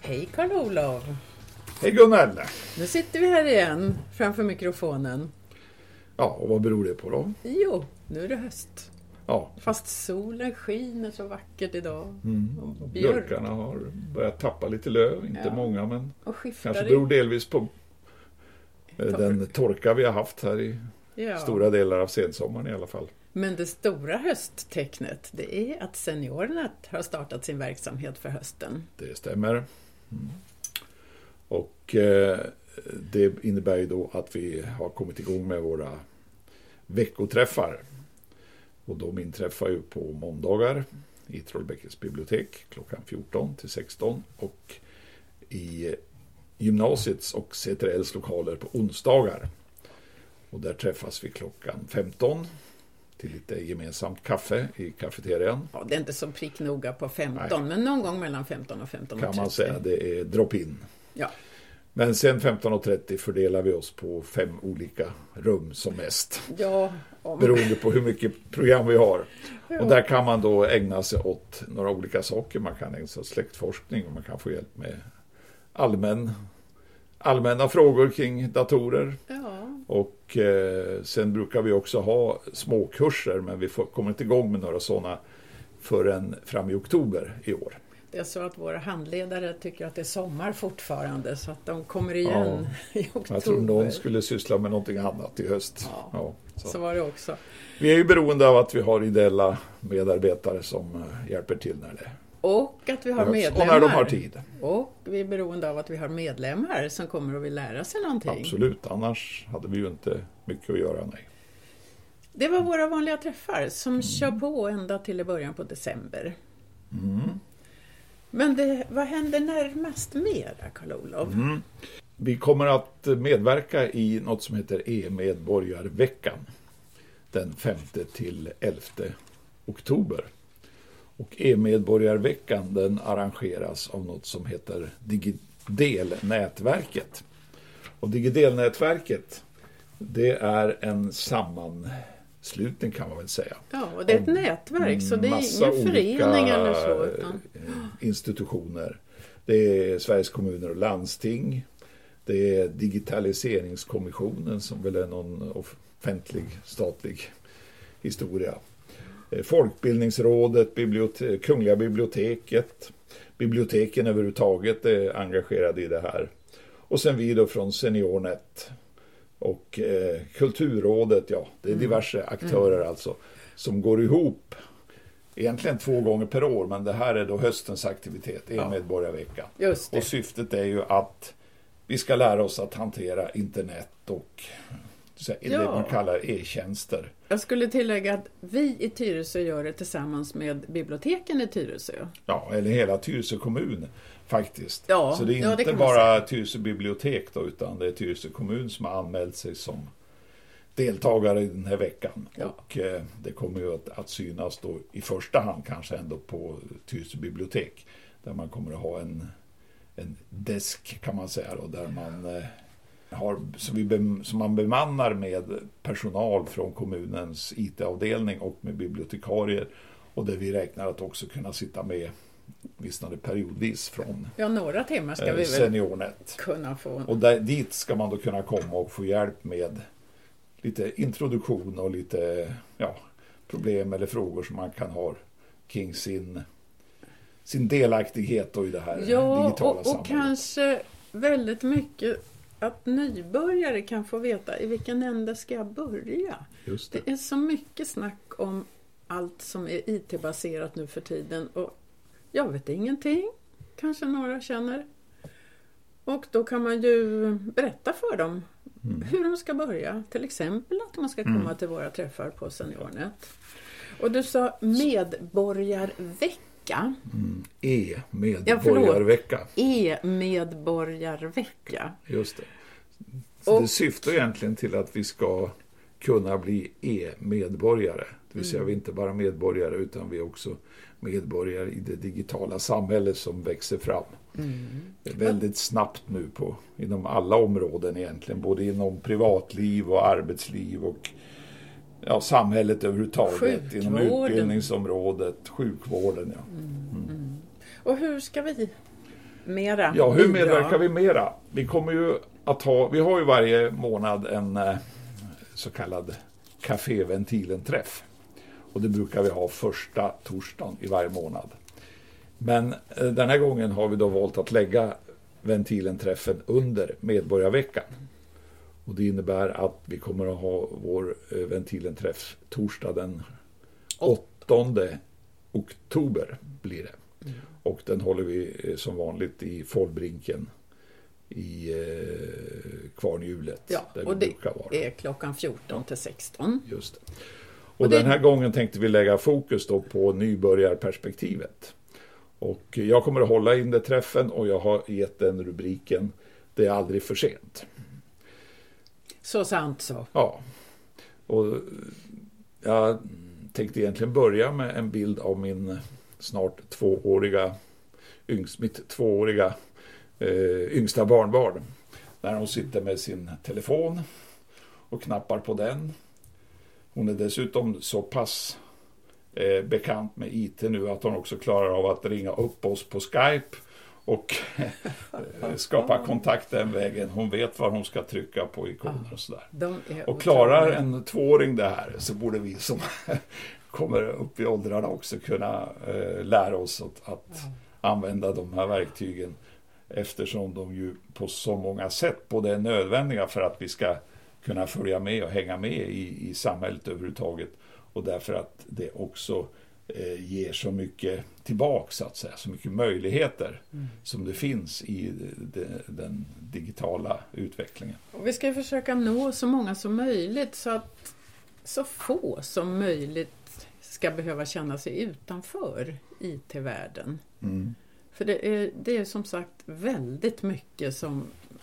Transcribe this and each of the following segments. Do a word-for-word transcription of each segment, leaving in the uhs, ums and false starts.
Hej Karl-Olov. Hej Gunnel. Nu sitter vi här igen framför mikrofonen. Ja, och vad beror det på då? Jo, nu är det höst. Ja. Fast solen skiner så vackert idag. Mm. Och björkarna har börjat tappa lite löv, inte ja. många men kanske i... beror delvis på Tork. den torka vi har haft här i ja. stora delar av sensommaren i alla fall. Men det stora hösttecknet, det är att Seniornet har startat sin verksamhet för hösten. Det stämmer. Mm. Och eh, det innebär ju då att vi har kommit igång med våra veckoträffar. Och de inträffar ju på måndagar i Trollbäckes bibliotek klockan fjorton till sexton och i gymnasiets och C T R L:s lokaler på onsdagar. Och där träffas vi klockan femton till lite gemensamt kaffe i kafeterian. Ja, det är inte så pricknoga på femton, Nej. men någon gång mellan femton och femton kan man säga, det är drop-in. Ja. Men sen femton och trettio fördelar vi oss på fem olika rum som mest. Ja. Om... Beroende på hur mycket program vi har. Ja. Och där kan man då ägna sig åt några olika saker. Man kan ägna sig åt släktforskning och man kan få hjälp med allmän, allmänna frågor kring datorer. Ja. Och eh, sen brukar vi också ha småkurser, men vi får, kommer inte igång med några sådana förrän fram i oktober i år. Det är så att våra handledare tycker att det är sommar fortfarande så att de kommer igen ja. i oktober. Jag tror någon skulle syssla med någonting annat i höst. Ja, ja så. så var det också. Vi är ju beroende av att vi har ideella medarbetare som hjälper till när det Och att vi har medlemmar. Och när de har tid. Och vi är beroende av att vi har medlemmar som kommer och vill lära sig någonting. Absolut, annars hade vi ju inte mycket att göra, nej. Det var våra vanliga träffar som mm. kör på ända till i början på december. Mm. Men det, vad händer närmast med Karl-Olov? Mm. Vi kommer att medverka i något som heter e-medborgarveckan den femte till elfte oktober. Och e-medborgarveckan den arrangeras av något som heter Digidel-nätverket. Och Digidel-nätverket det är en sammanslutning kan man väl säga. Ja, och det är ett nätverk så det är ingen förening eller så. Utan... institutioner. Det är Sveriges kommuner och landsting. Det är Digitaliseringskommissionen som väl är någon offentlig statlig historia. Folkbildningsrådet, bibliotek, Kungliga biblioteket, biblioteken överhuvudtaget är engagerade i det här. Och sen vi då från Seniornet och eh, Kulturrådet, ja, det är diverse mm. aktörer mm. alltså som går ihop egentligen två gånger per år, men det här är då höstens aktivitet, e-medborgarveckan. Just det. Och syftet är ju att vi ska lära oss att hantera internet och det ja. man kallar e-tjänster. Jag skulle tillägga att vi i Tyresö gör det tillsammans med biblioteken i Tyresö. Ja, eller hela Tyresö kommun faktiskt. Ja, så det är ja, inte det bara Tyresö bibliotek då, utan det är Tyresö kommun som har anmält sig som deltagare i den här veckan. Ja. Och eh, det kommer ju att, att synas då i första hand kanske ändå på Tyresö bibliotek. Där man kommer att ha en, en desk kan man säga då, där man... Eh, Har, som, vi be, som man bemannar med personal från kommunens I T-avdelning och med bibliotekarier och där vi räknar att också kunna sitta med vissnade periodvis från ja, några timmar ska eh, vi väl Seniornet. Kunna få. Och där, dit ska man då kunna komma och få hjälp med lite introduktion och lite ja, problem eller frågor som man kan ha kring sin, sin delaktighet då i det här ja, digitala och, och samhället. Kanske väldigt mycket att nybörjare kan få veta i vilken ände ska jag börja. Just det. Det är så mycket snack om allt som är I T-baserat nu för tiden och jag vet ingenting. Kanske några känner. Och då kan man ju berätta för dem mm. hur de ska börja. Till exempel att man ska komma mm. till våra träffar på Seniornet. Och du sa medborgarvecka. Mm. E-medborgarvecka. Ja, E-medborgarvecka. Just det. Och, det syftar egentligen till att vi ska kunna bli e-medborgare. Det vill säga mm. vi är inte bara medborgare utan vi är också medborgare i det digitala samhället som växer fram. Mm. Väldigt snabbt nu på inom alla områden egentligen. Både inom privatliv och arbetsliv och ja, samhället överhuvudtaget. Sjukvården. Inom utbildningsområdet, sjukvården. Ja. Mm. Mm. Och hur ska vi mera? Ja, hur bidra? medverkar vi mera? Vi kommer ju att ha, vi har ju varje månad en eh, så kallad Café-Ventilen-träff. Och det brukar vi ha första torsdagen i varje månad. Men eh, den här gången har vi då valt att lägga Ventilen-träffen under Medborgarveckan. Och det innebär att vi kommer att ha vår eh, Ventilen-träff torsdag den åttonde oktober blir det. Mm. Och den håller vi eh, som vanligt i Fållbrinken i eh, Kvarnhjulet. Ja, där och vi det brukar vara. är klockan fjorton till sexton. Just det. Och, och det... den här gången tänkte vi lägga fokus då på nybörjarperspektivet. Och jag kommer att hålla in det träffen och jag har gett den rubriken "Det är aldrig för sent". Så sant så. Ja. Och jag tänkte egentligen börja med en bild av min snart tvååriga, yngst, mitt tvååriga eh, yngsta barnbarn. När hon sitter med sin telefon och knappar på den. Hon är dessutom så pass eh, bekant med I T nu att hon också klarar av att ringa upp oss på Skype och skapa kontakt den vägen. Hon vet vad hon ska trycka på ikoner och sådär. Och klarar en tvååring det här så borde vi som kommer upp i åldrarna också kunna eh, lära oss att, att ja. använda de här verktygen, eftersom de ju på så många sätt både är nödvändiga för att vi ska kunna följa med och hänga med i, i samhället överhuvudtaget, och därför att det också eh, ger så mycket tillbaka, så att säga, så mycket möjligheter mm. som det finns i de, den digitala utvecklingen. Och vi ska ju försöka nå så många som möjligt, så att så få som möjligt ska behöva känna sig utanför I T-världen. Mm. För det är, det är som sagt väldigt mycket som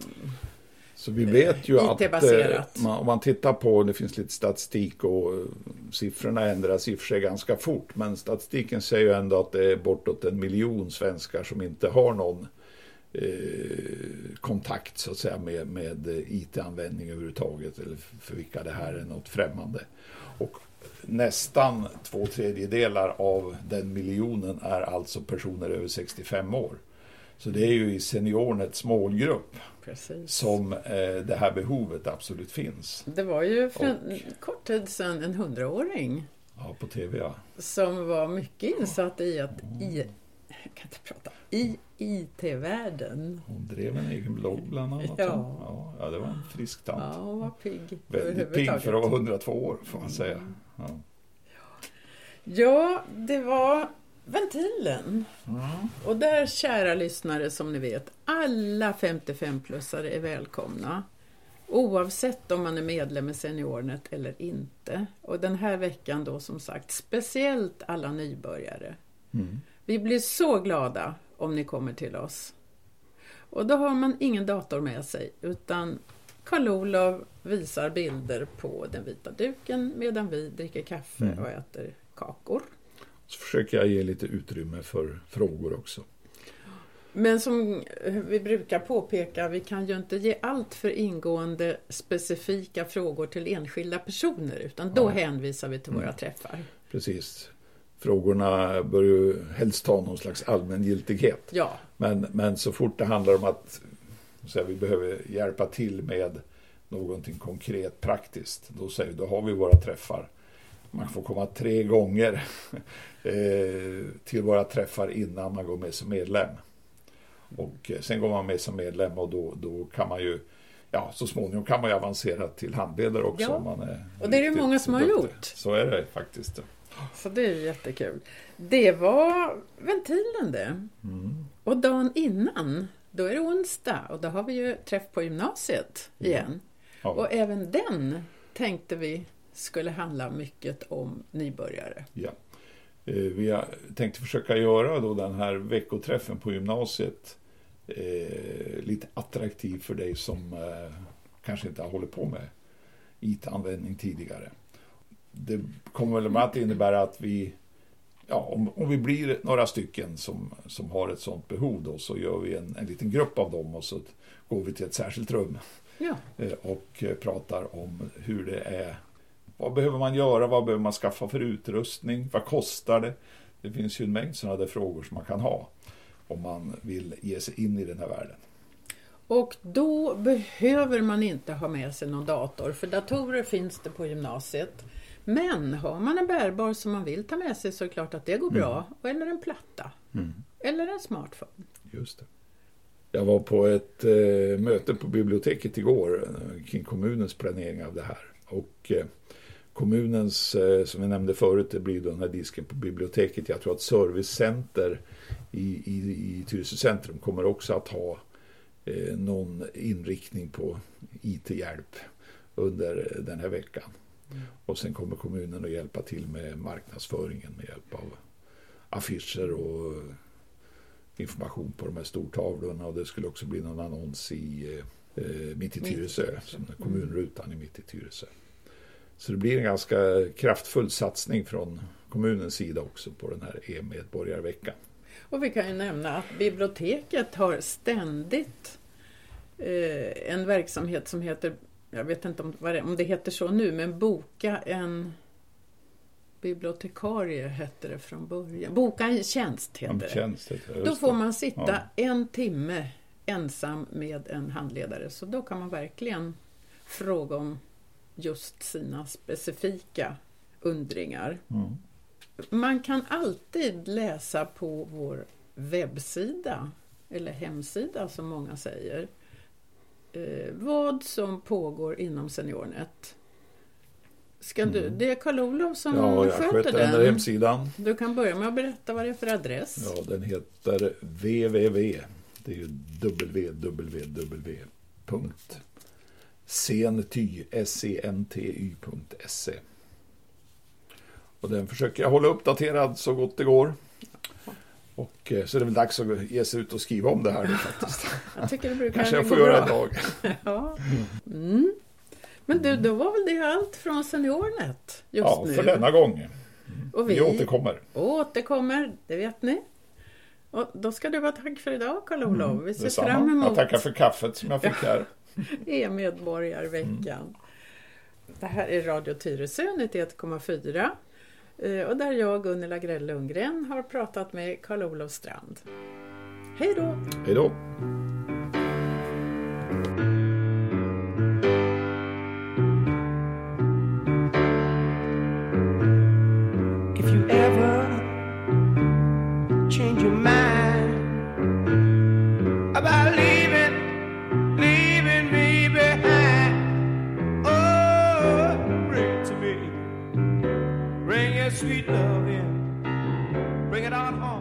så vi vet ju I T-baserat. Att man, om man tittar på, det finns lite statistik och siffrorna ändras i och för sig ganska fort, men statistiken säger ju ändå att det är bortåt en miljon svenskar som inte har någon eh, kontakt, så att säga, med, med I T-användning överhuvudtaget, eller för vilka det här är något främmande. Och nästan två tredjedelar av den miljonen är alltså personer över sextiofem år. Så det är ju i seniornets målgrupp. Precis. Som eh, det här behovet absolut finns. Det var ju för en och, kort tid sedan en hundraåring. Ja, på tv, ja. Som var mycket insatt i att i, jag kan inte prata, i I T-världen. Hon drev en egen blogg bland annat. Ja. Ja, ja, det var en frisk tant. Ja, hon var pigg. Väldigt pigg för att vara hundratvå år, får man säga. Ja, ja det var Ventilen. Mm. Och där, kära lyssnare, som ni vet, alla femtiofem-plussare är välkomna. Oavsett om man är medlem i Seniornet eller inte. Och den här veckan då, som sagt, speciellt alla nybörjare. Mm. Vi blir så glada om ni kommer till oss. Och då har man ingen dator med sig, utan Karl-Olof visar bilder på den vita duken medan vi dricker kaffe mm. och äter kakor. Så försöker jag ge lite utrymme för frågor också. Men som vi brukar påpeka, vi kan ju inte ge allt för ingående specifika frågor till enskilda personer, utan då ja. hänvisar vi till våra mm. träffar. Precis. Frågorna bör ju helst ha någon slags allmängiltighet. Ja. Men, men så fort det handlar om att så här, vi behöver hjälpa till med någonting konkret, praktiskt, då, säger, då har vi våra träffar. Man får komma tre gånger eh, till våra träffar innan man går med som medlem. Och eh, sen går man med som medlem och då, då kan man ju, ja, så småningom kan man ju avancera till handledare också. Ja. Om man är och det är det många som har gjort. Så är det faktiskt. Så det är jättekul. Det var Ventilen det. Mm. Och dagen innan, då är det onsdag och då har vi ju träff på gymnasiet igen. Ja. Och även den tänkte vi skulle handla mycket om nybörjare. Ja. Eh, vi har tänkt försöka göra då den här veckoträffen på gymnasiet eh, lite attraktiv för dig som eh, kanske inte har hållit på med I T-användning tidigare. Det kommer väl att innebära att vi, ja, om, om vi blir några stycken som, som har ett sånt behov då, så gör vi en, en liten grupp av dem och så går vi till ett särskilt rum ja. eh, och pratar om hur det är. Vad behöver man göra? Vad behöver man skaffa för utrustning? Vad kostar det? Det finns ju en mängd sådana där frågor som man kan ha. om man vill ge sig in i den här världen. Och då behöver man inte ha med sig någon dator, för datorer finns det på gymnasiet. Men har man en bärbar som man vill ta med sig så är det klart att det går bra. Mm. Eller en platta. Mm. Eller en smartphone. Just det. Jag var på ett eh, möte på biblioteket igår eh, kring kommunens planering av det här. Och eh, kommunens, eh, som jag nämnde förut, det blir då den här disken på biblioteket. Jag tror att servicecenter i, i, i Tyresö centrum kommer också att ha eh, någon inriktning på I T-hjälp under den här veckan. Mm. Och sen kommer kommunen att hjälpa till med marknadsföringen med hjälp av affischer och information på de här stortavlorna, och det skulle också bli någon annons i eh, mitt i Tyresö, mitt. som kommunrutan i mitt i Tyresö. Så det blir en ganska kraftfull satsning från kommunens sida också på den här e-medborgarveckan. Och vi kan ju nämna att biblioteket har ständigt eh, en verksamhet som heter, jag vet inte om, vad det, om det heter så nu, men boka en bibliotekarie hette det från början. Boka en tjänst heter det. Tjänst heter det. Då får man sitta ja. en timme ensam med en handledare. Så då kan man verkligen fråga om just sina specifika undringar. Mm. Man kan alltid läsa på vår webbsida eller hemsida som många säger eh, vad som pågår inom SeniorNet. Ska du, mm. det är Karl-Olof som ja, jag sköter, sköter den. den där hemsidan. Du kan börja med att berätta vad det är för adress. Ja, den heter www. Det är ju www punkt senty punkt se. Och den försöker jag hålla uppdaterad så gott det går. Och så är det väl dags att ge sig ut och skriva om det här nu faktiskt. Jag tycker det brukar Kanske jag gå får bra. göra en dag. Ja. Mm. Men du, då var väl det allt från SeniorNet just ja, nu? Ja, för denna gång. Mm. Och vi, vi återkommer. återkommer, det vet ni. Och då ska du vara tack för idag, Karl-Olof. Mm, vi ser detsamma. fram emot. Jag tackar för kaffet som jag fick här. E-medborgarveckan. Mm. Det här är Radio Tyresö nittioett komma fyra. Och där jag, Gunilla Grell Lundgren, har pratat med Karl-Olof Strand. Hej då! Hej då! If you ever change your mind about leaving, leaving me behind, oh, bring it to me. Bring your sweet love in, bring it on home.